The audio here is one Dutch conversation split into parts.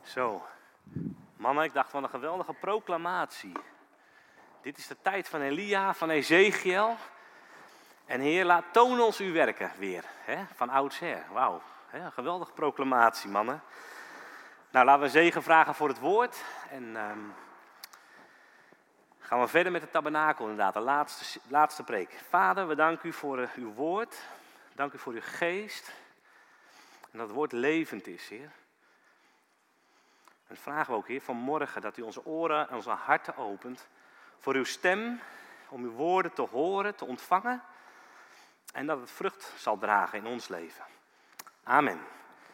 Zo, mannen, ik dacht wat een geweldige proclamatie. Dit is de tijd van Elia, van Ezekiel. En Heer, toon ons uw werken weer, van oudsher. Wauw, een geweldige proclamatie, mannen. Nou, laten we zegen vragen voor het woord. En gaan we verder met de tabernakel inderdaad, de laatste preek. Vader, we danken u voor uw woord. Dank u voor uw geest. En dat het woord levend is, Heer. En vragen we ook, Heer, vanmorgen dat u onze oren en onze harten opent voor uw stem, om uw woorden te horen, te ontvangen. En dat het vrucht zal dragen in ons leven. Amen.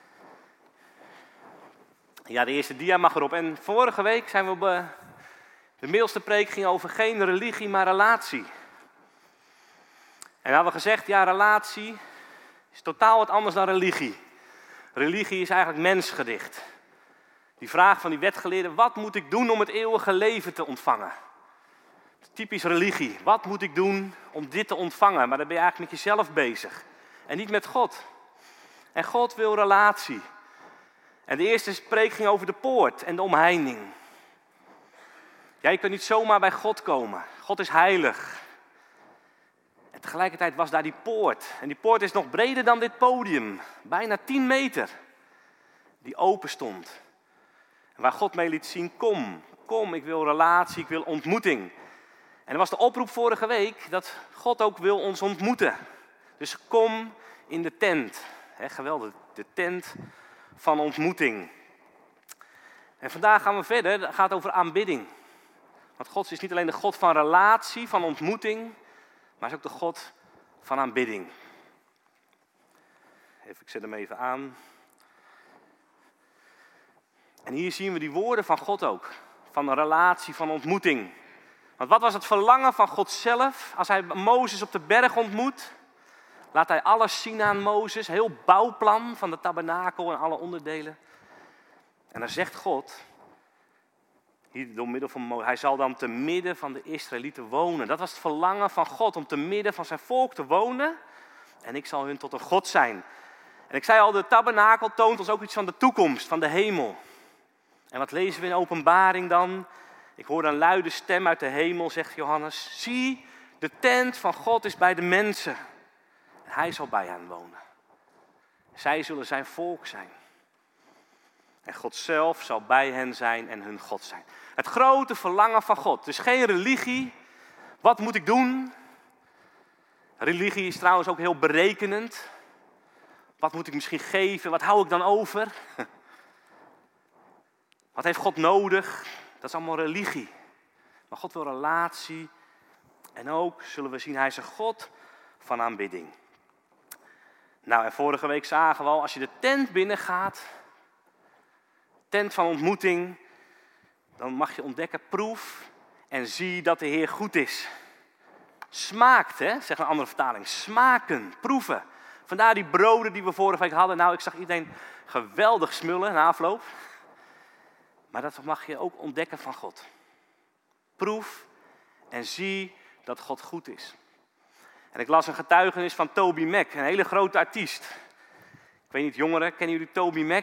Ja, de eerste dia mag erop. En vorige week zijn we op de middelste preek ging over geen religie, maar relatie. En hadden we gezegd, ja, relatie is totaal wat anders dan religie. Religie is eigenlijk mensgericht. Die vraag van die wetgeleerden, wat moet ik doen om het eeuwige leven te ontvangen? Typisch religie. Wat moet ik doen om dit te ontvangen? Maar dan ben je eigenlijk met jezelf bezig. En niet met God. En God wil relatie. En de eerste preek ging over de poort en de omheining. Ja, je kunt niet zomaar bij God komen. God is heilig. En tegelijkertijd was daar die poort. En die poort is nog breder dan dit podium. Bijna 10 meter. Die open stond. En waar God mee liet zien, kom, ik wil relatie, ik wil ontmoeting. En er was de oproep vorige week dat God ook wil ons ontmoeten. Dus kom in de tent. Geweldig, de tent van ontmoeting. En vandaag gaan we verder, het gaat over aanbidding. Want God is niet alleen de God van relatie, van ontmoeting, maar is ook de God van aanbidding. Even, ik zet hem even aan. En hier zien we die woorden van God ook. Van een relatie, van ontmoeting. Want wat was het verlangen van God zelf als hij Mozes op de berg ontmoet? Laat hij alles zien aan Mozes. Heel bouwplan van de tabernakel en alle onderdelen. En dan zegt God, hier door middel van Mozes, hij zal dan te midden van de Israëlieten wonen. Dat was het verlangen van God, om te midden van zijn volk te wonen. En ik zal hun tot een God zijn. En ik zei al, de tabernakel toont ons ook iets van de toekomst, van de hemel. En wat lezen we in Openbaring dan? Ik hoor een luide stem uit de hemel, zegt Johannes. Zie, de tent van God is bij de mensen. En hij zal bij hen wonen. Zij zullen zijn volk zijn. En God zelf zal bij hen zijn en hun God zijn. Het grote verlangen van God. Dus geen religie. Wat moet ik doen? Religie is trouwens ook heel berekenend. Wat moet ik misschien geven? Wat hou ik dan over? Wat heeft God nodig? Dat is allemaal religie. Maar God wil relatie. En ook, zullen we zien, hij is een God van aanbidding. Nou, en vorige week zagen we al, als je de tent binnengaat, tent van ontmoeting, dan mag je ontdekken, proef en zie dat de Heer goed is. Smaakt, zegt een andere vertaling. Smaken, proeven. Vandaar die broden die we vorige week hadden. Nou, ik zag iedereen geweldig smullen na afloop. Maar dat mag je ook ontdekken van God. Proef en zie dat God goed is. En ik las een getuigenis van Toby Mac, een hele grote artiest. Ik weet niet, jongeren, kennen jullie Toby Mac?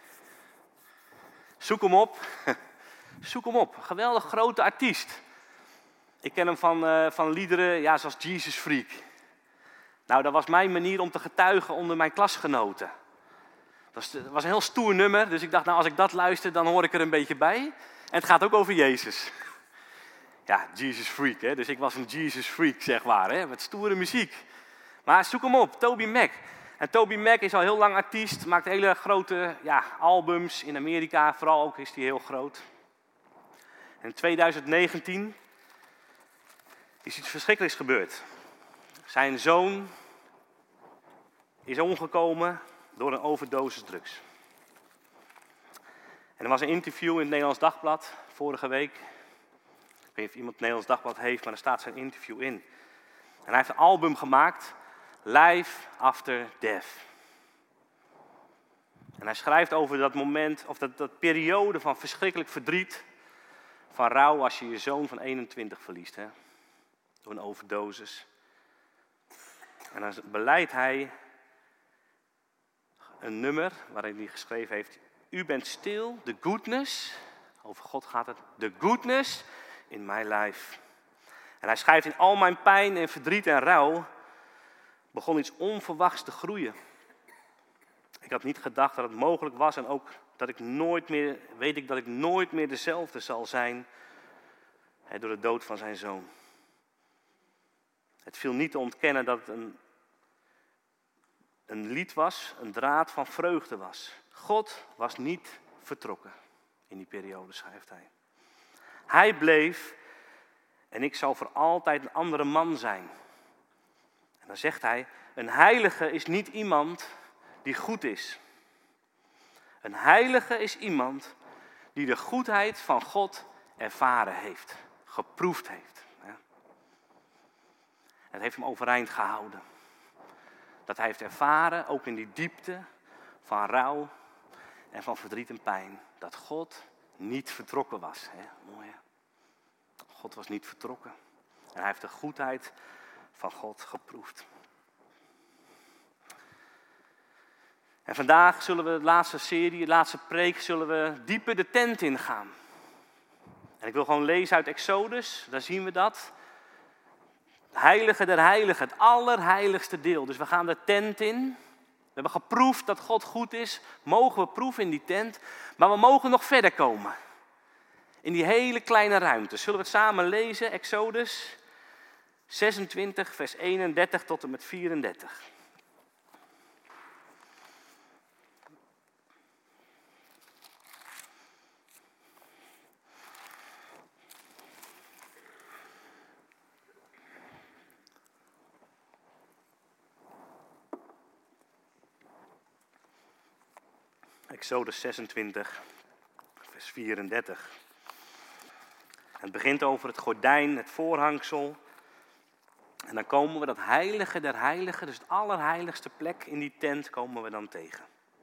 Zoek hem op. Zoek hem op. Een geweldig grote artiest. Ik ken hem van liederen, ja, zoals Jesus Freak. Nou, dat was mijn manier om te getuigen onder mijn klasgenoten. Dat was een heel stoer nummer, dus ik dacht, nou, als ik dat luister, dan hoor ik er een beetje bij. En het gaat ook over Jezus. Ja, Jesus Freak, dus ik was een Jesus Freak, zeg maar, met stoere muziek. Maar zoek hem op, Toby Mac. En Toby Mac is al heel lang artiest, maakt hele grote albums in Amerika, vooral ook is hij heel groot. En in 2019 is iets verschrikkelijks gebeurd. Zijn zoon is omgekomen door een overdosis drugs. En er was een interview in het Nederlands Dagblad vorige week. Ik weet niet of iemand het Nederlands Dagblad heeft, maar er staat zijn interview in. En hij heeft een album gemaakt, Life After Death. En hij schrijft over dat moment, of dat periode van verschrikkelijk verdriet, van rouw als je je zoon van 21 verliest, door een overdosis. En dan beleidt hij een nummer waarin hij geschreven heeft, u bent stil, the goodness, over God gaat het, the goodness in my life. En hij schrijft, in al mijn pijn en verdriet en rouw begon iets onverwachts te groeien. Ik had niet gedacht dat het mogelijk was en ook dat ik nooit meer dezelfde zal zijn door de dood van zijn zoon. Het viel niet te ontkennen dat het een lied was, een draad van vreugde was. God was niet vertrokken in die periode, schrijft hij. Hij bleef en ik zal voor altijd een andere man zijn. En dan zegt hij, een heilige is niet iemand die goed is. Een heilige is iemand die de goedheid van God ervaren heeft, geproefd heeft. Het heeft hem overeind gehouden. Dat hij heeft ervaren, ook in die diepte van rouw en van verdriet en pijn, dat God niet vertrokken was. Mooi hè? God was niet vertrokken. En hij heeft de goedheid van God geproefd. En vandaag zullen we de laatste preek, zullen we dieper de tent ingaan. En ik wil gewoon lezen uit Exodus, daar zien we dat. Heilige der heiligen, het allerheiligste deel. Dus we gaan de tent in. We hebben geproefd dat God goed is. Mogen we proeven in die tent. Maar we mogen nog verder komen. In die hele kleine ruimte. Zullen we het samen lezen? Exodus 26, vers 31 tot en met 34. Exodus 26, vers 34. Het begint over het gordijn, het voorhangsel. En dan komen we dat heilige der heiligen, dus het allerheiligste plek in die tent, komen we dan tegen.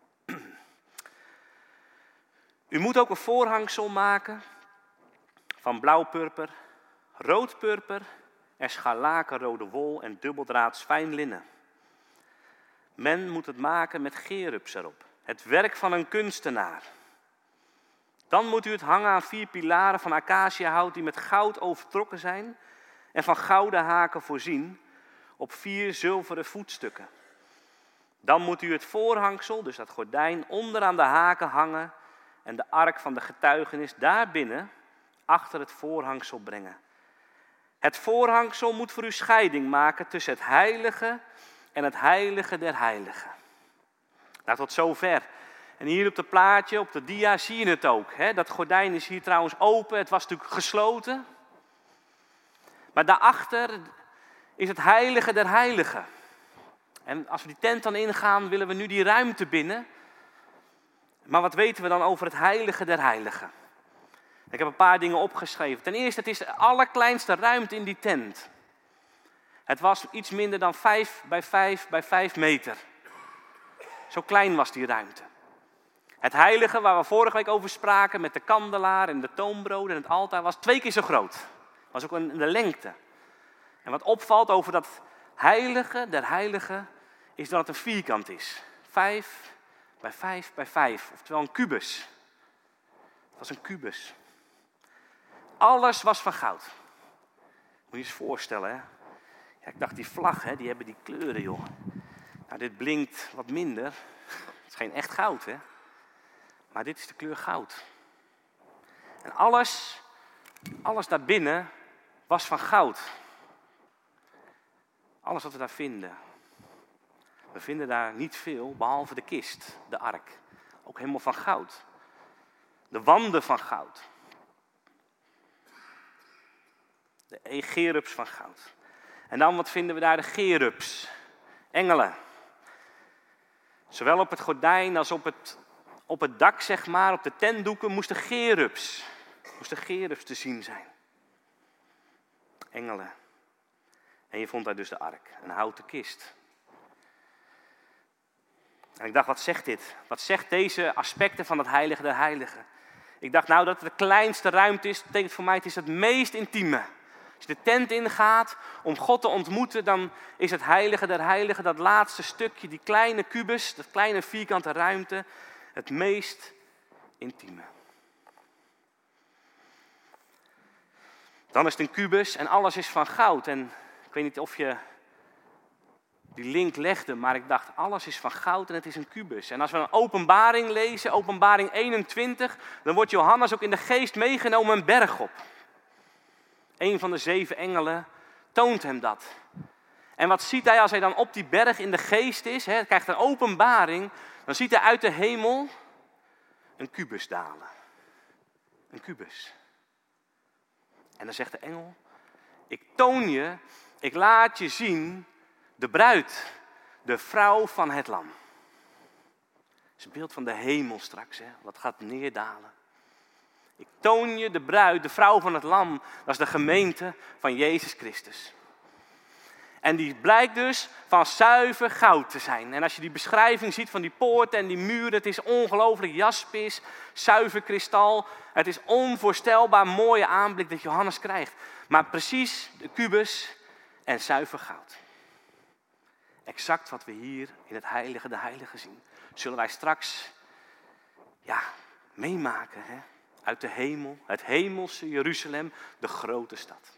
U moet ook een voorhangsel maken van blauwpurper, roodpurper en scharlakenrode wol en dubbeldraads fijn linnen. Men moet het maken met gerubs erop. Het werk van een kunstenaar. Dan moet u het hangen aan 4 pilaren van acaciahout die met goud overtrokken zijn en van gouden haken voorzien op 4 zilveren voetstukken. Dan moet u het voorhangsel, dus dat gordijn, onderaan de haken hangen en de ark van de getuigenis daarbinnen achter het voorhangsel brengen. Het voorhangsel moet voor u scheiding maken tussen het heilige en het heilige der heiligen. Nou, tot zover. En hier op het plaatje, op de dia, zie je het ook. Hè? Dat gordijn is hier trouwens open. Het was natuurlijk gesloten. Maar daarachter is het heilige der heiligen. En als we die tent dan ingaan, willen we nu die ruimte binnen. Maar wat weten we dan over het heilige der heiligen? Ik heb een paar dingen opgeschreven. Ten eerste, het is de allerkleinste ruimte in die tent. Het was iets minder dan 5 bij 5 bij 5 meter. Zo klein was die ruimte. Het heilige waar we vorige week over spraken met de kandelaar en de toonbroden en het altaar was 2 keer zo groot. Was ook in de lengte. En wat opvalt over dat heilige der heiligen is dat het een vierkant is. 5 bij 5 bij 5, oftewel een kubus. Het was een kubus. Alles was van goud. Moet je je eens voorstellen, hè? Ja, ik dacht die vlag, hè, die hebben die kleuren, joh. Nou, dit blinkt wat minder. Het is geen echt goud, hè. Maar dit is de kleur goud. En alles daarbinnen was van goud. Alles wat we daar vinden. We vinden daar niet veel, behalve de kist, de ark. Ook helemaal van goud. De wanden van goud. De gerubs van goud. En dan, wat vinden we daar? De gerubs. Engelen. Zowel op het gordijn als op het dak, zeg maar, op de tentdoeken, moesten gerubs te zien zijn. Engelen. En je vond daar dus de ark, een houten kist. En ik dacht, wat zegt dit? Wat zegt deze aspecten van het heilige der heiligen? Ik dacht, nou, dat het de kleinste ruimte is, betekent voor mij, het is het meest intieme. Als je de tent ingaat om God te ontmoeten, dan is het heilige der heiligen, dat laatste stukje, die kleine kubus, dat kleine vierkante ruimte, het meest intieme. Dan is het een kubus en alles is van goud. En ik weet niet of je die link legde, maar ik dacht, alles is van goud en het is een kubus. En als we een Openbaring lezen, Openbaring 21, dan wordt Johannes ook in de geest meegenomen een berg op. Een van de 7 engelen toont hem dat. En wat ziet hij als hij dan op die berg in de geest is, hij krijgt een openbaring, dan ziet hij uit de hemel een kubus dalen. Een kubus. En dan zegt de engel, ik toon je, ik laat je zien de bruid, de vrouw van het lam. Dat is een beeld van de hemel straks, wat gaat neerdalen. Ik toon je de bruid, de vrouw van het lam, dat is de gemeente van Jezus Christus. En die blijkt dus van zuiver goud te zijn. En als je die beschrijving ziet van die poorten en die muren, het is ongelooflijk jaspis, zuiver kristal. Het is onvoorstelbaar mooie aanblik dat Johannes krijgt. Maar precies de kubus en zuiver goud. Exact wat we hier in het heilige de heilige zien. Zullen wij straks meemaken, uit de hemel, het hemelse Jeruzalem, de grote stad.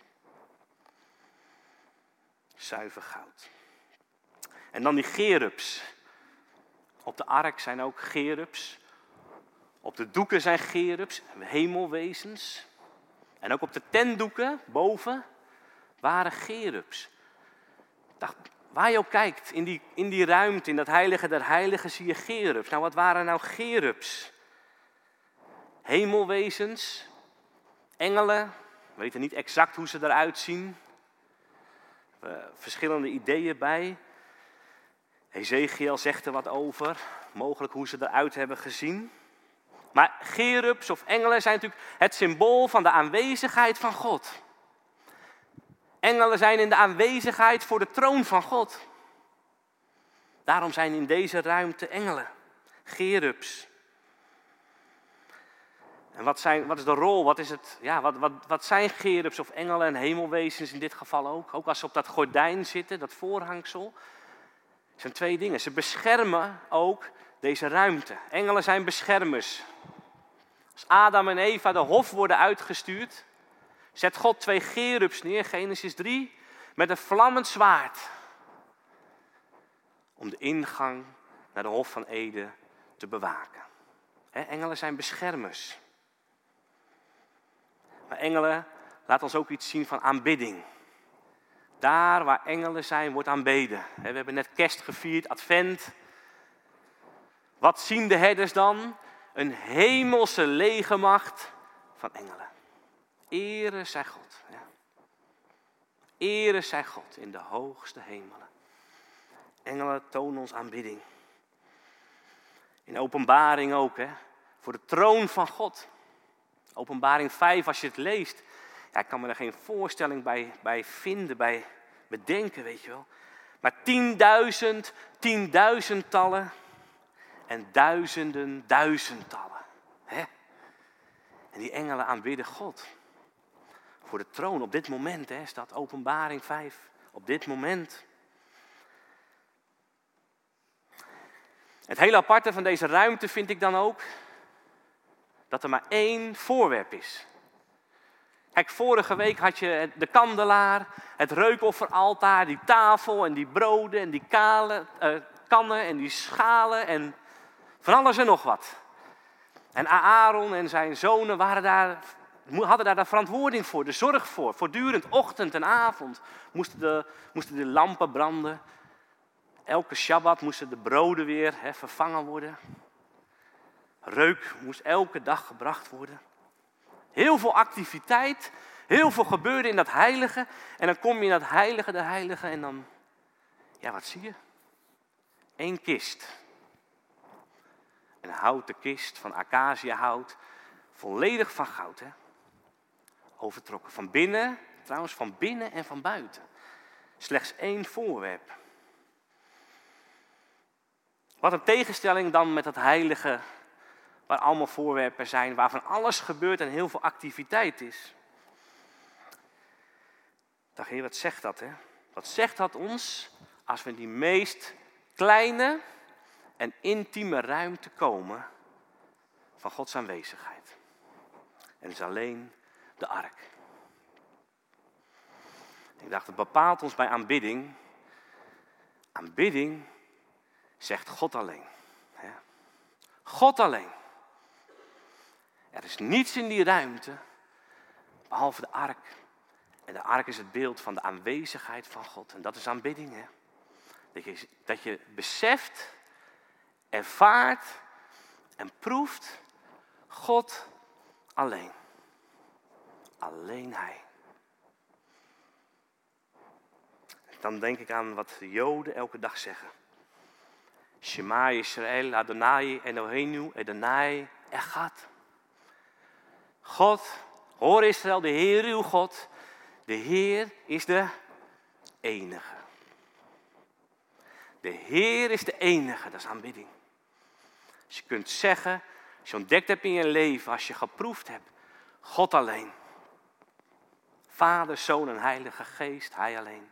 Zuiver goud. En dan die gerubs. Op de ark zijn ook gerubs. Op de doeken zijn gerubs, hemelwezens. En ook op de tentdoeken boven waren gerubs. Ik dacht, waar je ook kijkt, in die ruimte, in dat heilige der heiligen, zie je gerubs. Nou, wat waren nou gerubs? Hemelwezens, engelen, we weten niet exact hoe ze eruit zien. Verschillende ideeën bij. Ezekiel zegt er wat over, mogelijk hoe ze eruit hebben gezien. Maar gerubs of engelen zijn natuurlijk het symbool van de aanwezigheid van God. Engelen zijn in de aanwezigheid voor de troon van God. Daarom zijn in deze ruimte engelen, gerubs. En wat is de rol? Wat zijn gerubs of engelen en hemelwezens in dit geval ook? Ook als ze op dat gordijn zitten, dat voorhangsel. Het zijn 2 dingen. Ze beschermen ook deze ruimte. Engelen zijn beschermers. Als Adam en Eva de hof worden uitgestuurd, zet God 2 gerubs neer, Genesis 3, met een vlammend zwaard. Om de ingang naar de hof van Eden te bewaken. Engelen zijn beschermers. Maar engelen laten ons ook iets zien van aanbidding. Daar waar engelen zijn, wordt aanbeden. We hebben net kerst gevierd, advent. Wat zien de herders dan? Een hemelse legermacht van engelen. Ere zij God. Ja. Ere zij God in de hoogste hemelen. Engelen tonen ons aanbidding. In Openbaring ook, voor de troon van God. Openbaring 5, als je het leest. Ja, ik kan me er geen voorstelling bij vinden, bij bedenken, weet je wel. Maar 10.000, 10.000-tallen en duizenden, duizendtallen. En die engelen aanbidden God. Voor de troon, op dit moment, staat Openbaring 5. Op dit moment. Het hele aparte van deze ruimte vind ik dan ook dat er maar 1 voorwerp is. Kijk, vorige week had je de kandelaar, het reukofferaltaar, die tafel en die broden en die kannen en die schalen en van alles en nog wat. En Aaron en zijn zonen hadden daar de verantwoording voor, de zorg voor. Voortdurend, ochtend en avond, moesten de lampen branden. Elke Shabbat moesten de broden weer vervangen worden. Reuk moest elke dag gebracht worden. Heel veel activiteit, heel veel gebeurde in dat heilige. En dan kom je in dat heilige der heiligen en dan, wat zie je? 1 kist. Een houten kist van acaciahout, volledig van goud. Overtrokken van binnen, trouwens van binnen en van buiten. Slechts 1 voorwerp. Wat een tegenstelling dan met het heilige, waar allemaal voorwerpen zijn, waarvan alles gebeurt en heel veel activiteit is. Ik dacht, Heer, wat zegt dat? Wat zegt dat ons als we in die meest kleine en intieme ruimte komen van Gods aanwezigheid. En is alleen de ark. Ik dacht, het bepaalt ons bij aanbidding. Aanbidding zegt God alleen. God alleen. Er is niets in die ruimte, behalve de ark. En de ark is het beeld van de aanwezigheid van God. En dat is aanbidding, hè. Dat je beseft, ervaart en proeft God alleen. Alleen Hij. Dan denk ik aan wat de Joden elke dag zeggen. Shema Yisrael, Adonai, Eloheinu, Adonai, Echad. God, hoor Israël, de Heer uw God. De Heer is de enige. De Heer is de enige, dat is aanbidding. Als je kunt zeggen, als je ontdekt hebt in je leven, als je geproefd hebt, God alleen. Vader, Zoon en Heilige Geest, Hij alleen.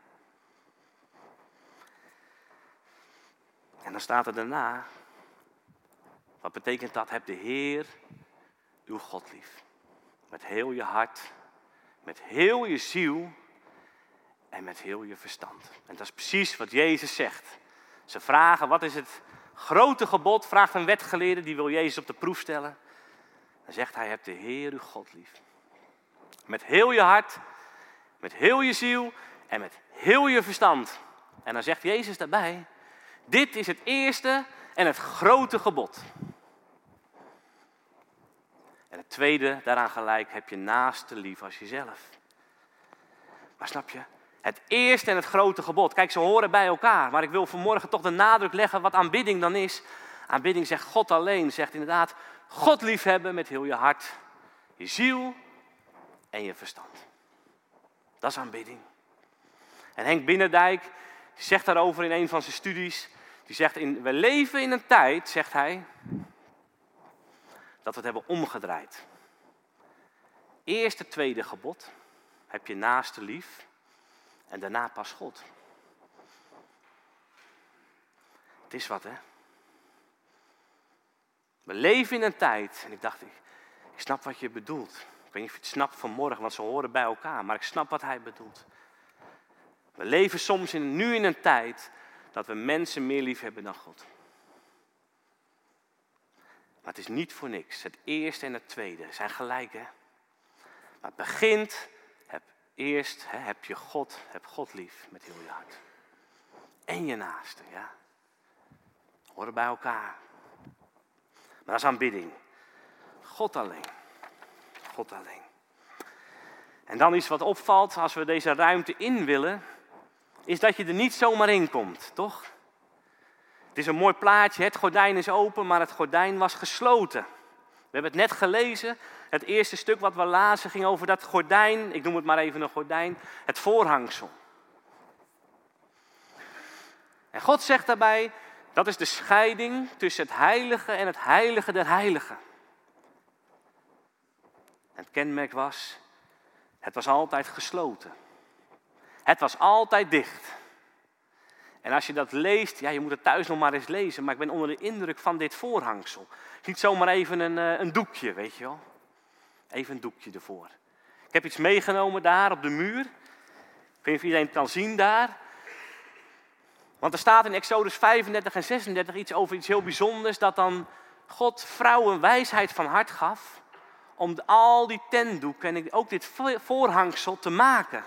En dan staat er daarna, wat betekent dat? Heb de Heer, uw God lief. Met heel je hart, met heel je ziel en met heel je verstand. En dat is precies wat Jezus zegt. Ze vragen, wat is het grote gebod? Vraagt een wetgeleerde, die wil Jezus op de proef stellen. Dan zegt hij, heb de Heer, uw God lief. Met heel je hart, met heel je ziel en met heel je verstand. En dan zegt Jezus daarbij, dit is het eerste en het grote gebod. En het tweede, daaraan gelijk, heb je naaste lief als jezelf. Maar snap je? Het eerste en het grote gebod. Kijk, ze horen bij elkaar. Maar ik wil vanmorgen toch de nadruk leggen wat aanbidding dan is. Aanbidding zegt God alleen. Zegt inderdaad, God liefhebben met heel je hart, je ziel en je verstand. Dat is aanbidding. En Henk Binnendijk zegt daarover in een van zijn studies. Die zegt, we leven in een tijd, zegt hij, dat we het hebben omgedraaid. Eerst het tweede gebod. Heb je naaste lief. En daarna pas God. Het is wat, hè. We leven in een tijd. En ik dacht, ik snap wat je bedoelt. Ik weet niet of je het snapt vanmorgen, want ze horen bij elkaar. Maar ik snap wat hij bedoelt. We leven soms nu in een tijd dat we mensen meer lief hebben dan God. Maar het is niet voor niks. Het eerste en het tweede zijn gelijk, hè. Maar het begint, heb God lief met heel je hart. En je naaste, ja. Horen bij elkaar. Maar dat is aanbidding. God alleen. God alleen. En dan iets wat opvalt als we deze ruimte in willen, is dat je er niet zomaar in komt, toch? Het is een mooi plaatje, het gordijn is open, maar het gordijn was gesloten. We hebben het net gelezen, het eerste stuk wat we lazen ging over dat gordijn, ik noem het maar even een gordijn, het voorhangsel. En God zegt daarbij, dat is de scheiding tussen het heilige en het heilige der heiligen. Het kenmerk was, het was altijd gesloten. Het was altijd dicht. En als je dat leest, ja, je moet het thuis nog maar eens lezen, maar ik ben onder de indruk van dit voorhangsel. Niet zomaar even een doekje, weet je wel. Even een doekje ervoor. Ik heb iets meegenomen daar op de muur. Ik weet niet of iedereen het kan zien daar. Want er staat in Exodus 35 en 36 iets over iets heel bijzonders, dat dan God vrouwen wijsheid van hart gaf om al die tentdoeken en ook dit voorhangsel te maken.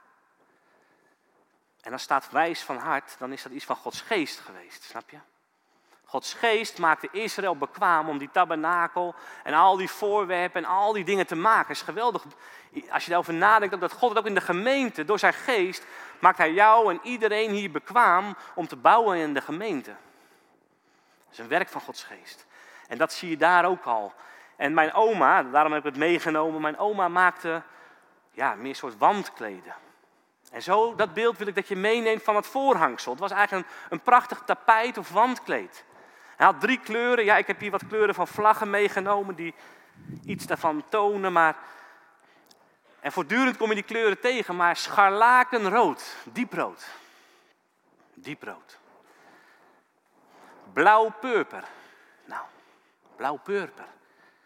En dan staat wijs van hart, dan is dat iets van Gods geest geweest, snap je? Gods geest maakte Israël bekwaam om die tabernakel en al die voorwerpen en al die dingen te maken. Het is geweldig. Als je daarover nadenkt, ook dat God het ook in de gemeente, door zijn geest, maakt hij jou en iedereen hier bekwaam om te bouwen in de gemeente. Dat is een werk van Gods geest. En dat zie je daar ook al. En mijn oma, daarom heb ik het meegenomen, mijn oma maakte meer een soort wandkleden. En zo, dat beeld wil ik dat je meeneemt van het voorhangsel. Het was eigenlijk een prachtig tapijt of wandkleed. Hij had 3 kleuren. Ja, ik heb hier wat kleuren van vlaggen meegenomen die iets daarvan tonen. Maar... En voortdurend kom je die kleuren tegen, maar scharlakenrood, dieprood. Dieprood. Blauw-purper. Nou, blauw-purper.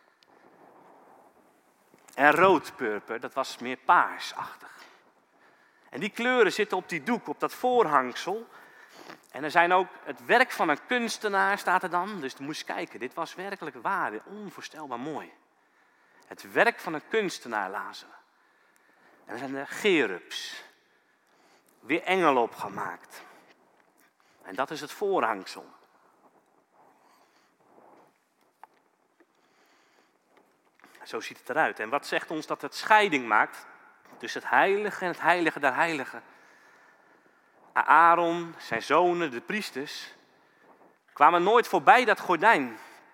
En roodpurper, dat was meer paarsachtig. En die kleuren zitten op die doek, op dat voorhangsel. En er zijn ook het werk van een kunstenaar, staat er dan. Dus je moest kijken, dit was werkelijk waar, onvoorstelbaar mooi. Het werk van een kunstenaar lazen we. En er zijn de cherubs. Weer engelen opgemaakt. En dat is het voorhangsel. Zo ziet het eruit. En wat zegt ons dat het scheiding maakt tussen het heilige en het heilige der heiligen? Aaron, zijn zonen, de priesters, kwamen nooit voorbij dat gordijn.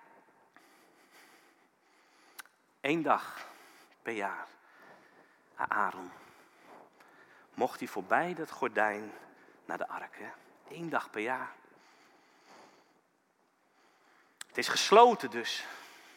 1 dag per jaar. Aaron. Mocht hij voorbij dat gordijn naar de ark. 1 dag per jaar. Het is gesloten dus.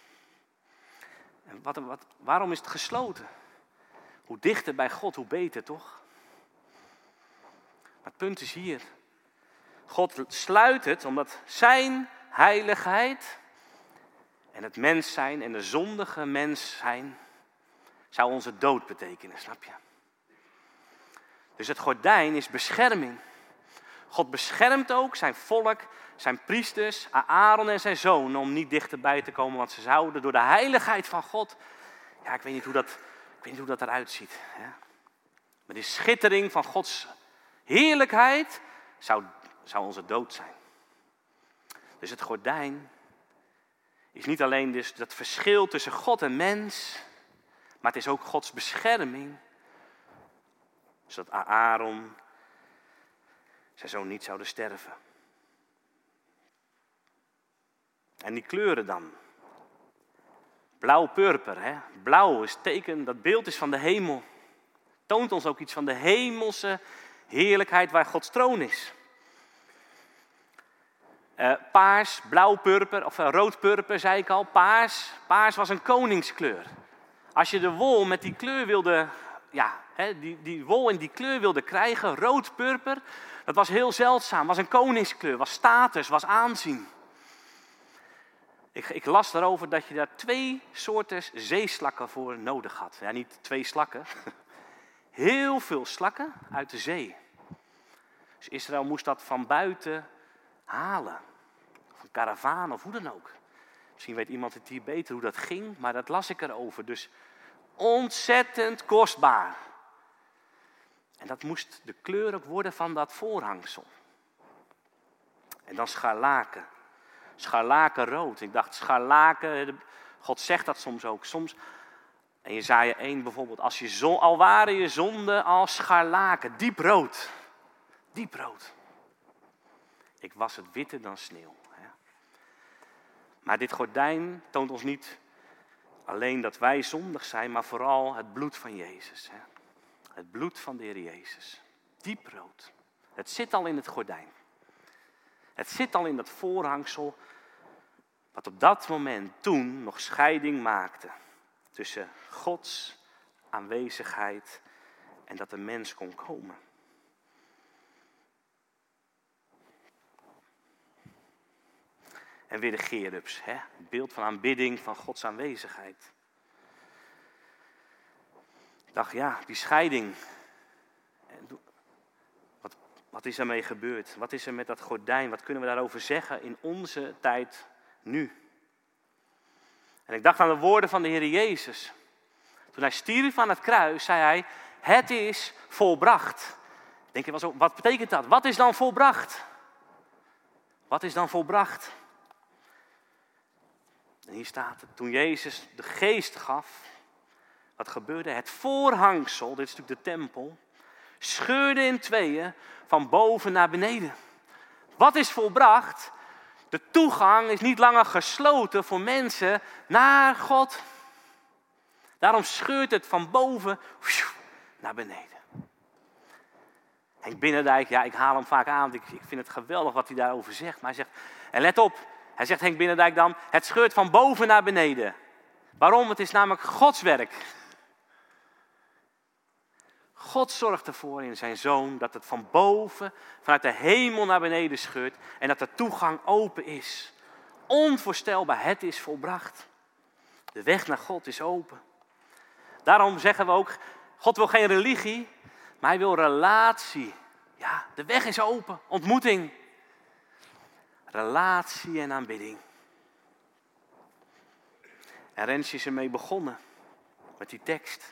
En waarom is het gesloten? Hoe dichter bij God, hoe beter toch? Maar het punt is hier. God sluit het omdat zijn heiligheid en het mens zijn en de zondige mens zijn, zou onze dood betekenen, snap je? Dus het gordijn is bescherming. God beschermt ook zijn volk, zijn priesters, Aaron en zijn zonen om niet dichterbij te komen, want ze zouden door de heiligheid van God, ja, ik weet niet hoe dat eruit ziet. Hè? Maar die schittering van Gods heerlijkheid zou onze dood zijn. Dus het gordijn is niet alleen dus dat verschil tussen God en mens, maar het is ook Gods bescherming, zodat Aaron zijn zoon niet zouden sterven. En die kleuren dan. Blauw-purper, hè? Blauw is teken, dat beeld is van de hemel. Toont ons ook iets van de hemelse heerlijkheid waar Gods troon is. Paars, blauw-purper, of rood-purper zei ik al. Paars was een koningskleur. Als je de wol met die kleur wilde, die wol in die kleur wilde krijgen, rood-purper, dat was heel zeldzaam. Was een koningskleur, was status, was aanzien. Ik las daarover dat je daar 2 soorten zeeslakken voor nodig had. Ja, niet 2 slakken. Heel veel slakken uit de zee. Dus Israël moest dat van buiten halen. Of een karavaan of hoe dan ook. Misschien weet iemand het hier beter hoe dat ging, maar dat las ik erover. Dus ontzettend kostbaar. En dat moest de kleur ook worden van dat voorhangsel. En dan scharlaken. Scharlakenrood. Ik dacht scharlaken, God zegt dat soms ook. Soms, in Jesaja 1 bijvoorbeeld, al waren je zonden als scharlaken, dieprood. Dieprood. Ik was het witter dan sneeuw. Hè. Maar dit gordijn toont ons niet alleen dat wij zondig zijn, maar vooral het bloed van Jezus. Hè. Het bloed van de Heer Jezus. Dieprood. Het zit al in het gordijn. Het zit al in dat voorhangsel, wat op dat moment toen nog scheiding maakte tussen Gods aanwezigheid en dat de mens kon komen. En weer de cherubs, hè? Het beeld van aanbidding van Gods aanwezigheid. Ik dacht, ja, die scheiding. Wat is ermee gebeurd? Wat is er met dat gordijn? Wat kunnen we daarover zeggen in onze tijd nu? En ik dacht aan de woorden van de Heer Jezus. Toen hij stierf aan het kruis, zei hij, het is volbracht. Denk je wel zo, wat betekent dat? Wat is dan volbracht? Wat is dan volbracht? En hier staat het, toen Jezus de geest gaf, wat gebeurde? Het voorhangsel, dit is natuurlijk de tempel, scheurde in tweeën van boven naar beneden. Wat is volbracht? De toegang is niet langer gesloten voor mensen naar God. Daarom scheurt het van boven naar beneden. Henk Binnendijk, ja, ik haal hem vaak aan. Ik vind het geweldig wat hij daarover zegt. Maar hij zegt, en let op, hij zegt Henk Binnendijk dan, het scheurt van boven naar beneden. Waarom? Het is namelijk Gods werk. God zorgt ervoor in zijn Zoon dat het van boven, vanuit de hemel naar beneden scheurt en dat de toegang open is. Onvoorstelbaar, het is volbracht. De weg naar God is open. Daarom zeggen we ook, God wil geen religie, maar hij wil relatie. Ja, de weg is open, ontmoeting. Relatie en aanbidding. En Rensje is ermee begonnen, met die tekst.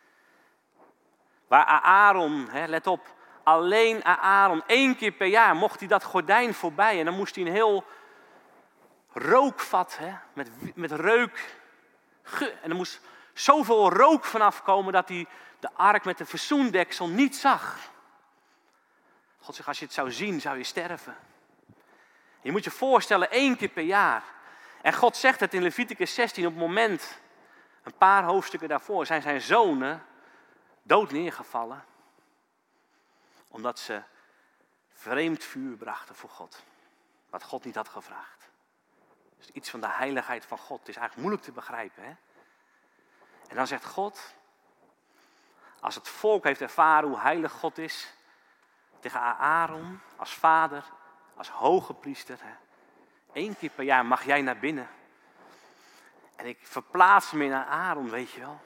Waar Aaron, let op, alleen Aaron, 1 keer per jaar mocht hij dat gordijn voorbij. En dan moest hij een heel rookvat, met reuk. En er moest zoveel rook vanaf komen dat hij de ark met de verzoendeksel niet zag. God zegt, als je het zou zien, zou je sterven. Je moet je voorstellen, 1 keer per jaar. En God zegt het in Leviticus 16, op het moment, een paar hoofdstukken daarvoor, zijn zijn zonen dood neergevallen. Omdat ze vreemd vuur brachten voor God. Wat God niet had gevraagd. Dus iets van de heiligheid van God is eigenlijk moeilijk te begrijpen. Hè? En dan zegt God, als het volk heeft ervaren hoe heilig God is, tegen Aaron als vader, als hoge priester, 1 keer per jaar mag jij naar binnen. En ik verplaats me naar Aaron, weet je wel.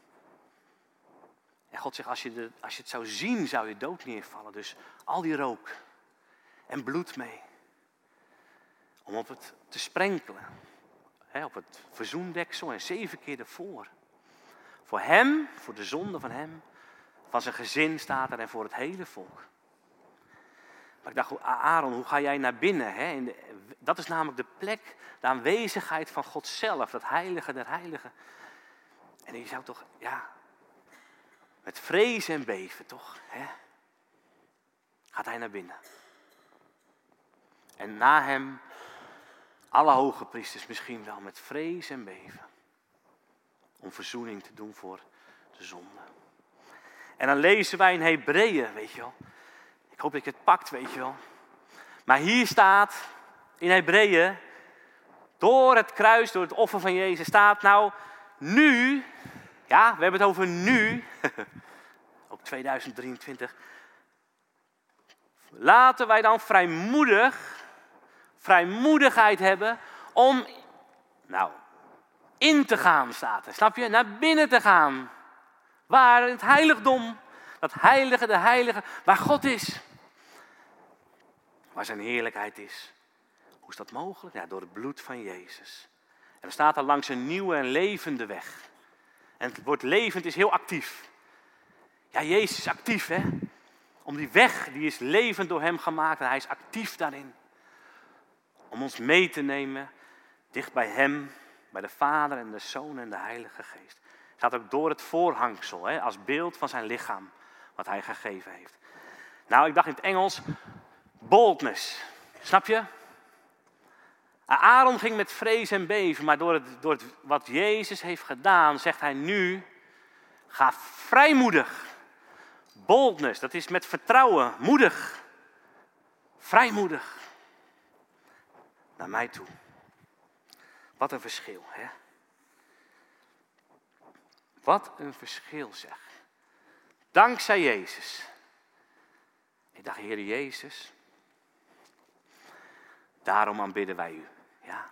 En God zegt, als je het zou zien, zou je dood neervallen. Dus al die rook en bloed mee. Om op het te sprenkelen. Op het verzoendeksel en 7 keer ervoor. Voor hem, voor de zonde van hem, van zijn gezin staat er en voor het hele volk. Maar ik dacht, Aaron, hoe ga jij naar binnen? Dat is namelijk de plek, de aanwezigheid van God zelf, dat heilige der heiligen. En je zou toch, met vrees en beven toch, gaat hij naar binnen. En na hem, alle hoge priesters misschien wel, met vrees en beven. Om verzoening te doen voor de zonde. En dan lezen wij in Hebreeën, weet je wel. Ik hoop dat je het pakt, weet je wel. Maar hier staat in Hebreeën, door het kruis, door het offer van Jezus, staat nou nu, we hebben het over nu, ook 2023. Laten wij dan vrijmoedigheid hebben om, in te gaan, staat er. Snap je? Naar binnen te gaan. Waar het heiligdom, dat heilige, de heilige, waar God is. Waar zijn heerlijkheid is. Hoe is dat mogelijk? Ja, door het bloed van Jezus. En dan staat er langs een nieuwe en levende weg. En het woord levend is heel actief. Ja, Jezus is actief, hè. Om die weg, die is levend door hem gemaakt. En hij is actief daarin. Om ons mee te nemen, dicht bij hem, bij de Vader en de Zoon en de Heilige Geest. Staat ook door het voorhangsel, als beeld van zijn lichaam, wat hij gegeven heeft. Nou, ik dacht in het Engels, boldness. Snap je? Aaron ging met vrees en beven, maar door het wat Jezus heeft gedaan, zegt hij nu, ga vrijmoedig. Boldness, dat is met vertrouwen, moedig. Vrijmoedig. Naar mij toe. Wat een verschil, hè? Wat een verschil, zeg. Dankzij Jezus. Ik dacht, Heer Jezus, daarom aanbidden wij u. Ja.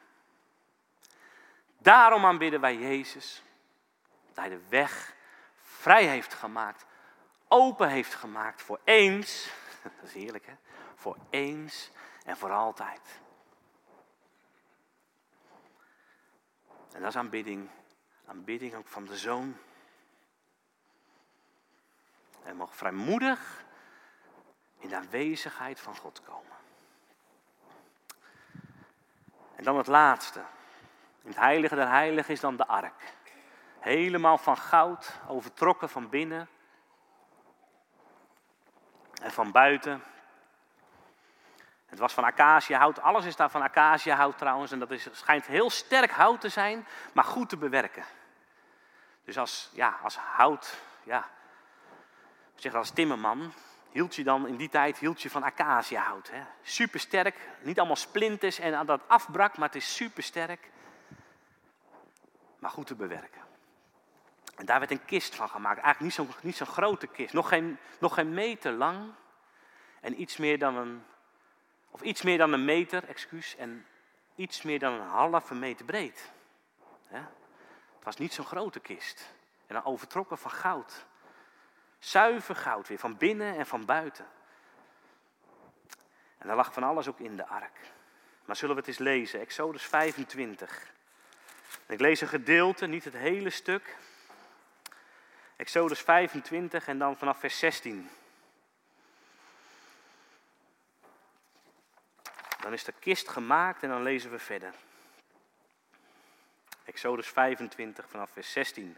Daarom aanbidden wij Jezus. Dat hij de weg vrij heeft gemaakt. Open heeft gemaakt voor eens. Dat is heerlijk, hè? Voor eens en voor altijd. En dat is aanbidding. Aanbidding ook van de Zoon. En mag vrijmoedig in de aanwezigheid van God komen. En dan het laatste. In het heilige der heiligen is dan de ark. Helemaal van goud, overtrokken van binnen en van buiten. Het was van acaciahout, alles is daar van acaciahout trouwens. En dat schijnt heel sterk hout te zijn, maar goed te bewerken. Dus als hout, zeg als timmerman, hield je dan in die tijd van acaciahout. Supersterk, niet allemaal splinters en dat afbrak, maar het is supersterk. Maar goed te bewerken. En daar werd een kist van gemaakt. Eigenlijk niet zo'n grote kist. Nog geen meter lang. En iets meer dan een meter, en iets meer dan een halve meter breed. Het was niet zo'n grote kist. En dan overtrokken van goud. Zuiver goud weer, van binnen en van buiten. En daar lag van alles ook in de ark. Maar zullen we het eens lezen, Exodus 25. Ik lees een gedeelte, niet het hele stuk. Exodus 25 en dan vanaf vers 16. Dan is de kist gemaakt en dan lezen we verder. Exodus 25 vanaf vers 16.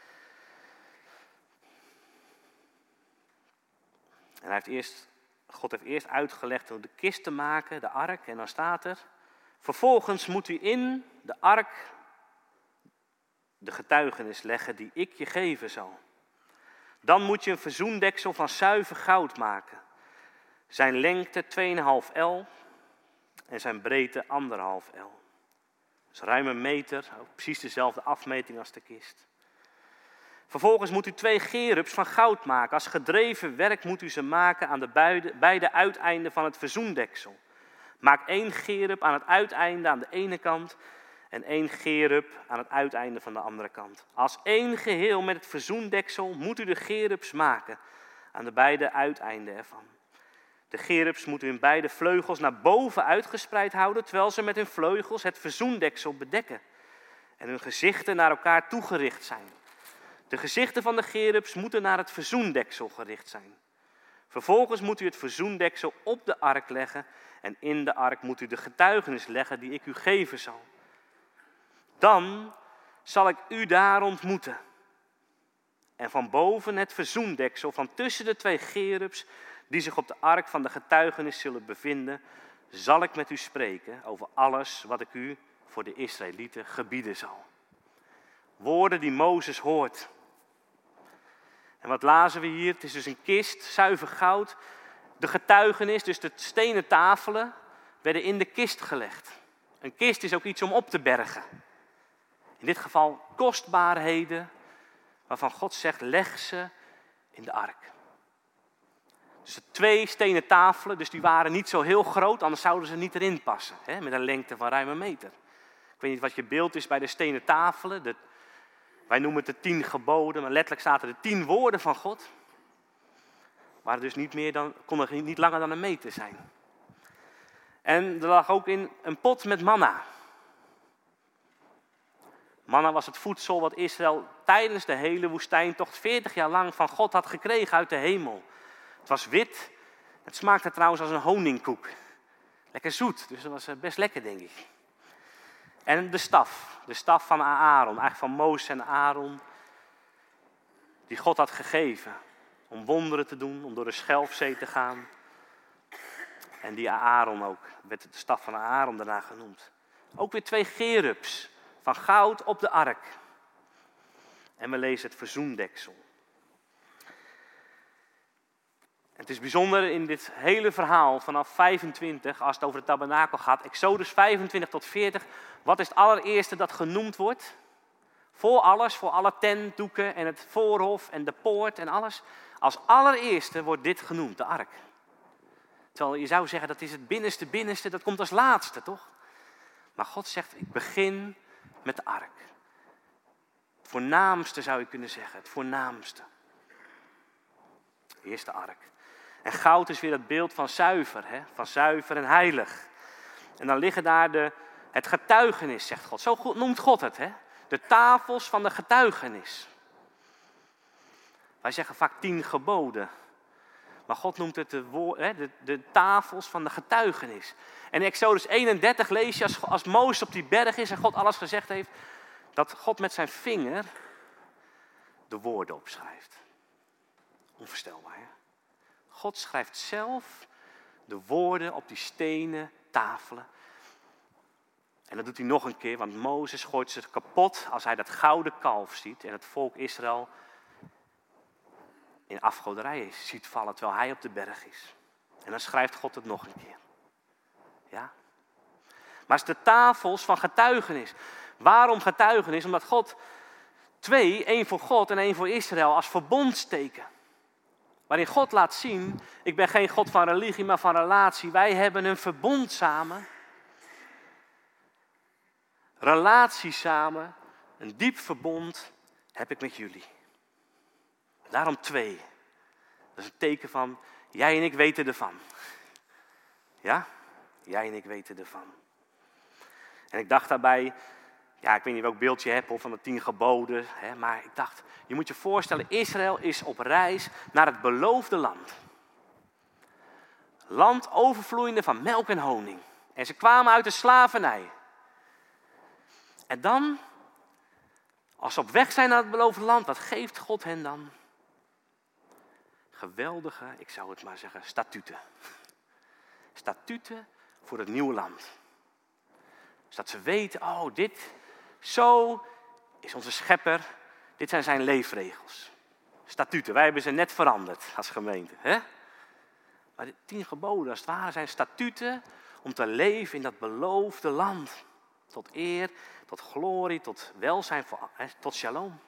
En God heeft eerst uitgelegd hoe de kist te maken, de ark. En dan staat er: vervolgens moet u in de ark de getuigenis leggen die ik je geven zal. Dan moet je een verzoendeksel van zuiver goud maken. Zijn lengte 2,5 el en zijn breedte 1,5 el. Dus ruim een meter, ook precies dezelfde afmeting als de kist. Vervolgens moet u 2 gerubs van goud maken. Als gedreven werk moet u ze maken aan de beide uiteinden van het verzoendeksel. Maak 1 gerub aan het uiteinde aan de ene kant en 1 gerub aan het uiteinde van de andere kant. Als 1 geheel met het verzoendeksel moet u de gerubs maken aan de beide uiteinden ervan. De gerubs moet u in beide vleugels naar boven uitgespreid houden, terwijl ze met hun vleugels het verzoendeksel bedekken en hun gezichten naar elkaar toegericht zijn. De gezichten van de gerubs moeten naar het verzoendeksel gericht zijn. Vervolgens moet u het verzoendeksel op de ark leggen en in de ark moet u de getuigenis leggen die ik u geven zal. Dan zal ik u daar ontmoeten. En van boven het verzoendeksel van tussen de 2 gerubs die zich op de ark van de getuigenis zullen bevinden, zal ik met u spreken over alles wat ik u voor de Israëlieten gebieden zal. Woorden die Mozes hoort. En wat lazen we hier? Het is dus een kist, zuiver goud. De getuigenis, dus de stenen tafelen, werden in de kist gelegd. Een kist is ook iets om op te bergen. In dit geval kostbaarheden, waarvan God zegt, leg ze in de ark. Dus de 2 stenen tafelen, dus die waren niet zo heel groot, anders zouden ze niet erin passen. Met een lengte van ruim een meter. Ik weet niet wat je beeld is bij de stenen tafelen. Wij noemen het de 10 geboden, maar letterlijk zaten er 10 woorden van God. Waren dus konden niet langer dan een meter zijn. En er lag ook in een pot met manna. Manna was het voedsel wat Israël tijdens de hele woestijntocht 40 jaar lang van God had gekregen uit de hemel. Het was wit, het smaakte trouwens als een honingkoek. Lekker zoet, dus dat was best lekker, denk ik. En de staf van Aaron, eigenlijk van Mozes en Aaron, die God had gegeven om wonderen te doen, om door de Schelfzee te gaan. En die Aaron ook, werd de staf van Aaron daarna genoemd. Ook weer 2 gerubs van goud op de ark. En we lezen het verzoendeksel. Het is bijzonder in dit hele verhaal vanaf 25, als het over de tabernakel gaat, Exodus 25 tot 40. Wat is het allereerste dat genoemd wordt? Voor alles, voor alle tentdoeken en het voorhof en de poort en alles. Als allereerste wordt dit genoemd, de ark. Terwijl je zou zeggen, dat is het binnenste, dat komt als laatste, toch? Maar God zegt, ik begin met de ark. Het voornaamste zou je kunnen zeggen, het voornaamste. Eerst de ark. En goud is weer het beeld van zuiver, van zuiver en heilig. En dan liggen daar het getuigenis, zegt God. Zo noemt God het, de tafels van de getuigenis. Wij zeggen vaak 10 geboden. Maar God noemt het de tafels van de getuigenis. En in Exodus 31 lees je als Mozes op die berg is en God alles gezegd heeft, dat God met zijn vinger de woorden opschrijft. Onvoorstelbaar, hè? God schrijft zelf de woorden op die stenen tafelen. En dat doet hij nog een keer, want Mozes gooit ze kapot als hij dat gouden kalf ziet en het volk Israël in afgoderij ziet vallen terwijl hij op de berg is. En dan schrijft God het nog een keer. Ja? Maar het is de tafels van getuigenis. Waarom getuigenis? Omdat God 2, 1 voor God en 1 voor Israël, als verbondsteken. Waarin God laat zien, ik ben geen God van religie, maar van relatie. Wij hebben een verbond samen. Relatie samen, een diep verbond heb ik met jullie. Daarom 2. Dat is een teken van, jij en ik weten ervan. Ja? Jij en ik weten ervan. En ik dacht daarbij, ja, ik weet niet welk beeld je hebt van de 10 geboden. Maar ik dacht, je moet je voorstellen, Israël is op reis naar het beloofde land. Land overvloeiende van melk en honing. En ze kwamen uit de slavernij. En dan, als ze op weg zijn naar het beloofde land, wat geeft God hen dan? Geweldige, ik zou het maar zeggen, statuten. Statuten voor het nieuwe land. Zodat ze weten, zo is onze schepper, dit zijn zijn leefregels. Statuten, wij hebben ze net veranderd als gemeente. Maar de 10 geboden, als het ware, zijn statuten om te leven in dat beloofde land. Tot eer, tot glorie, tot welzijn, tot shalom.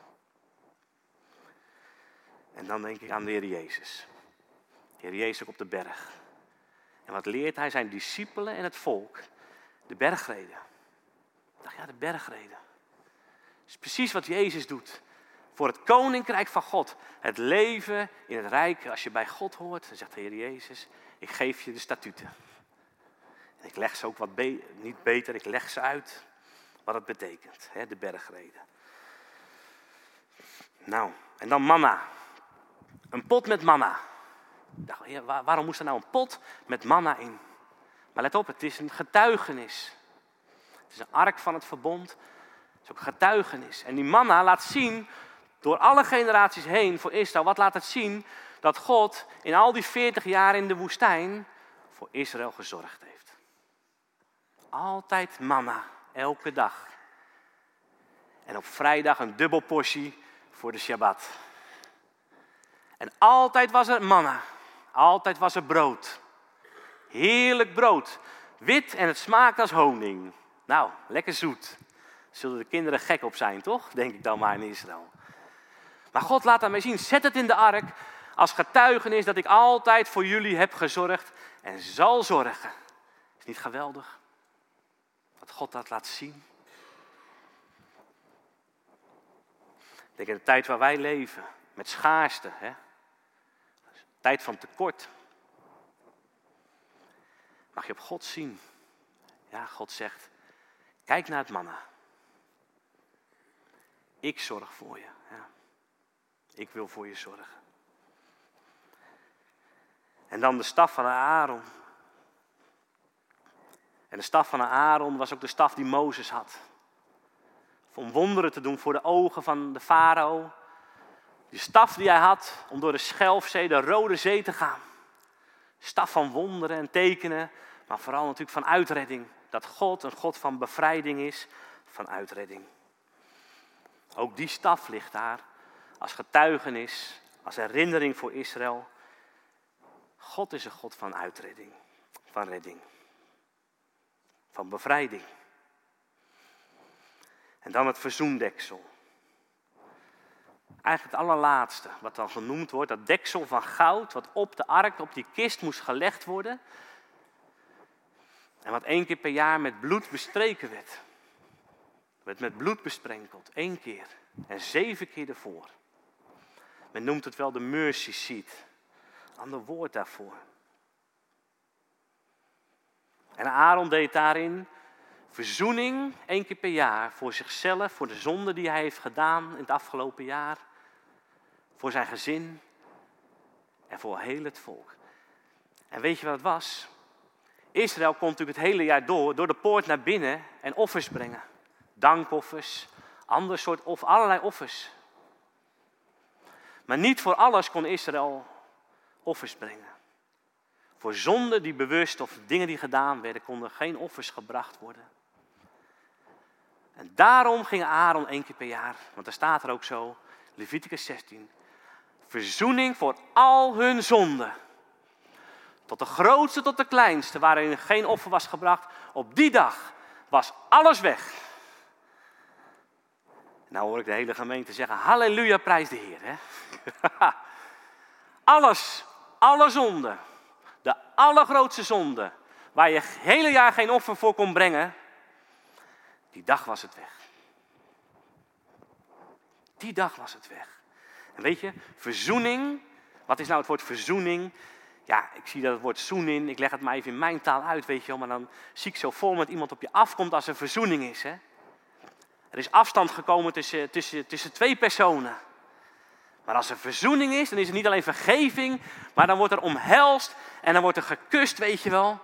En dan denk ik aan de Heer Jezus. De Heer Jezus ook op de berg. En wat leert hij zijn discipelen en het volk? De bergreden. Ik dacht, de bergreden. Dat is precies wat Jezus doet. Voor het koninkrijk van God. Het leven in het rijk. Als je bij God hoort, dan zegt de Heer Jezus, ik geef je de statuten. En ik leg ze ook niet beter, ik leg ze uit wat het betekent. De bergreden. Nou, en dan manna. Een pot met manna. Ik dacht, waarom moest er nou een pot met manna in? Maar let op, het is een getuigenis. Het is een ark van het verbond. Het is ook een getuigenis. En die manna laat zien, door alle generaties heen voor Israël, wat laat het zien? Dat God in al die 40 jaar in de woestijn voor Israël gezorgd heeft. Altijd manna, elke dag. En op vrijdag een dubbel portie voor de Shabbat. En altijd was er manna. Altijd was er brood. Heerlijk brood. Wit en het smaakt als honing. Nou, lekker zoet. Daar zullen de kinderen gek op zijn, toch? Denk ik dan maar in Israël. Maar God laat daarmee zien. Zet het in de ark als getuigenis dat ik altijd voor jullie heb gezorgd en zal zorgen. Is niet geweldig? Dat God dat laat zien. Ik denk in de tijd waar wij leven. Met schaarste. Tijd van tekort. Mag je op God zien. Ja, God zegt, kijk naar het manna. Ik zorg voor je. Ja. Ik wil voor je zorgen. En dan de staf van Aaron. En de staf van Aaron was ook de staf die Mozes had. Om wonderen te doen voor de ogen van de farao. Die staf die hij had om door de Schelfzee, de Rode Zee te gaan. Staf van wonderen en tekenen, maar vooral natuurlijk van uitredding. Dat God een God van bevrijding is, van uitredding. Ook die staf ligt daar als getuigenis, als herinnering voor Israël. God is een God van uitredding, van redding, van bevrijding. En dan het verzoendeksel. Eigenlijk het allerlaatste, wat dan genoemd wordt, dat deksel van goud, wat op de ark, op die kist moest gelegd worden. En wat 1 keer per jaar met bloed bestreken werd. Werd met bloed besprenkeld, 1 keer. En 7 keer ervoor. Men noemt het wel de mercy seat. Ander woord daarvoor. En Aaron deed daarin verzoening 1 keer per jaar voor zichzelf, voor de zonde die hij heeft gedaan in het afgelopen jaar. Voor zijn gezin en voor heel het volk. En weet je wat het was? Israël kon natuurlijk het hele jaar door de poort naar binnen en offers brengen. Dankoffers, ander soort allerlei offers. Maar niet voor alles kon Israël offers brengen. Voor zonden die bewust of dingen die gedaan werden, konden geen offers gebracht worden. En daarom ging Aaron 1 keer per jaar, want daar staat er ook zo, Leviticus 16. Verzoening voor al hun zonden. Tot de grootste tot de kleinste, waarin geen offer was gebracht. Op die dag was alles weg. Nou hoor ik de hele gemeente zeggen, halleluja, prijs de Heer. Hè? Alles, alle zonden, de allergrootste zonde, waar je het hele jaar geen offer voor kon brengen, die dag was het weg. Die dag was het weg. En weet je, verzoening, wat is nou het woord verzoening? Ja, ik zie dat het woord zoenin, ik leg het maar even in mijn taal uit, weet je wel. Maar dan zie ik zo voor me dat iemand op je afkomt als er verzoening is. Hè? Er is afstand gekomen tussen twee personen. Maar als er verzoening is, dan is het niet alleen vergeving, maar dan wordt er omhelst en dan wordt er gekust, weet je wel.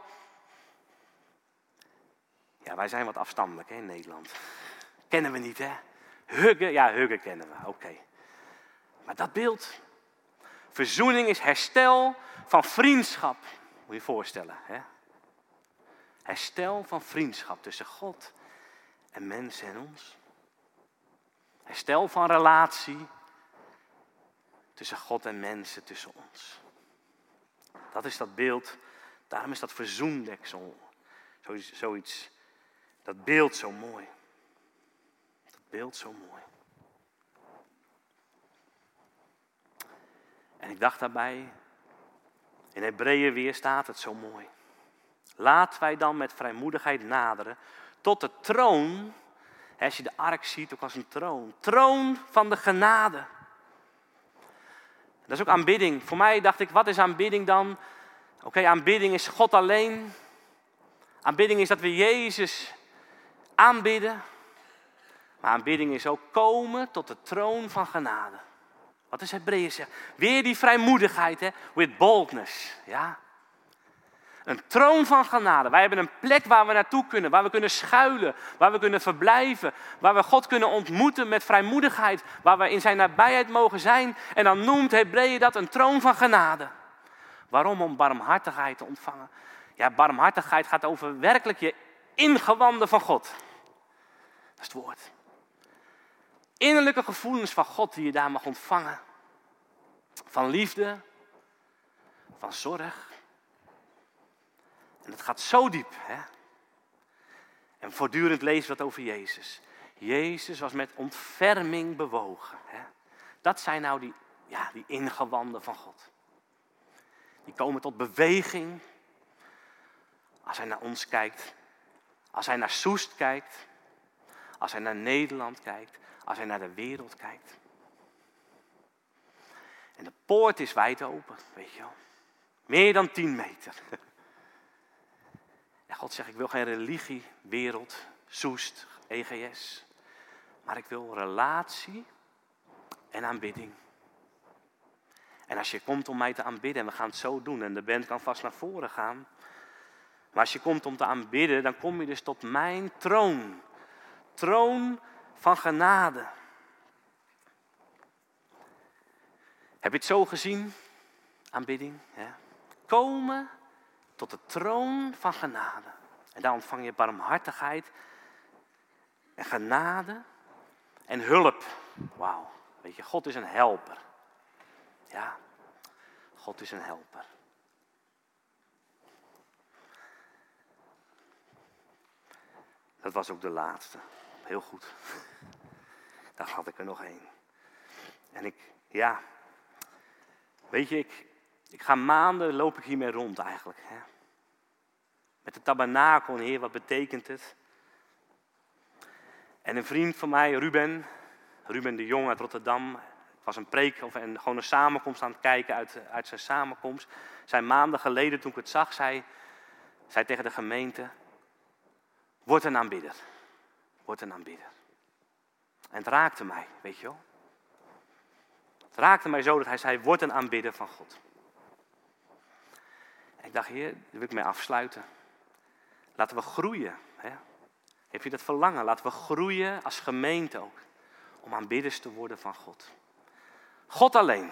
Ja, wij zijn wat afstandelijk hè, in Nederland. Kennen we niet, hè? Huggen, ja, huggen kennen we, oké. Maar dat beeld, verzoening is herstel van vriendschap. Moet je je voorstellen, hè? Herstel van vriendschap tussen God en mensen en ons. Herstel van relatie tussen God en mensen, tussen ons. Dat is dat beeld, daarom is dat verzoendeksel zoiets, dat beeld zo mooi. Dat beeld zo mooi. En ik dacht daarbij, in Hebreeën weer staat het zo mooi. Laten wij dan met vrijmoedigheid naderen tot de troon. Als je de ark ziet, ook als een troon. Troon van de genade. Dat is ook aanbidding. Voor mij dacht ik, wat is aanbidding dan? Oké, aanbidding is God alleen. Aanbidding is dat we Jezus aanbidden. Maar aanbidding is ook komen tot de troon van genade. Wat is Hebreeën zegt? Weer die vrijmoedigheid, hè? With boldness. Ja? Een troon van genade. Wij hebben een plek waar we naartoe kunnen. Waar we kunnen schuilen. Waar we kunnen verblijven. Waar we God kunnen ontmoeten met vrijmoedigheid. Waar we in zijn nabijheid mogen zijn. En dan noemt Hebreeën dat een troon van genade. Waarom? Om barmhartigheid te ontvangen. Ja, barmhartigheid gaat over werkelijk je ingewanden van God. Dat is het woord. Innerlijke gevoelens van God die je daar mag ontvangen. Van liefde. Van zorg. En het gaat zo diep. Hè? En voortdurend lezen we dat over Jezus. Jezus was met ontferming bewogen. Hè? Dat zijn nou die ingewanden van God. Die komen tot beweging. Als hij naar ons kijkt. Als hij naar Soest kijkt. Als hij naar Nederland kijkt. Als hij naar de wereld kijkt. En de poort is wijd open, weet je wel. Meer dan 10 meter. En God zegt, ik wil geen religie, wereld, Soest, EGS. Maar ik wil relatie en aanbidding. En als je komt om mij te aanbidden, en we gaan het zo doen, en de band kan vast naar voren gaan. Maar als je komt om te aanbidden, dan kom je dus tot mijn troon. Troon van genade. Heb je het zo gezien? Aanbidding. Ja. Komen tot de troon van genade. En daar ontvang je barmhartigheid en genade en hulp. Wauw. Weet je, God is een helper. Ja, God is een helper. Dat was ook de laatste. Heel goed. Daar had ik er nog één. En weet je, ik ga maanden, loop ik hiermee rond eigenlijk. Hè? Met de tabernakel, Heer, wat betekent het? En een vriend van mij, Ruben de Jong uit Rotterdam. Ik was een preek of gewoon een samenkomst aan het kijken uit zijn samenkomst. Zijn maanden geleden, toen ik het zag, zei tegen de gemeente: word een aanbidder. Word een aanbidder. En het raakte mij, weet je wel. Het raakte mij zo dat hij zei, word een aanbidder van God. En ik dacht, Heer, daar wil ik mee afsluiten. Laten we groeien. Hè? Heb je dat verlangen? Laten we groeien als gemeente ook. Om aanbidders te worden van God. God alleen.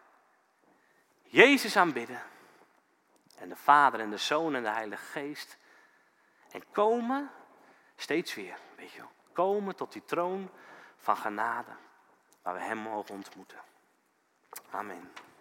Jezus aanbidden. En de Vader en de Zoon en de Heilige Geest. En komen, steeds weer, weet je wel. Komen tot die troon van genade. Waar we hem mogen ontmoeten. Amen.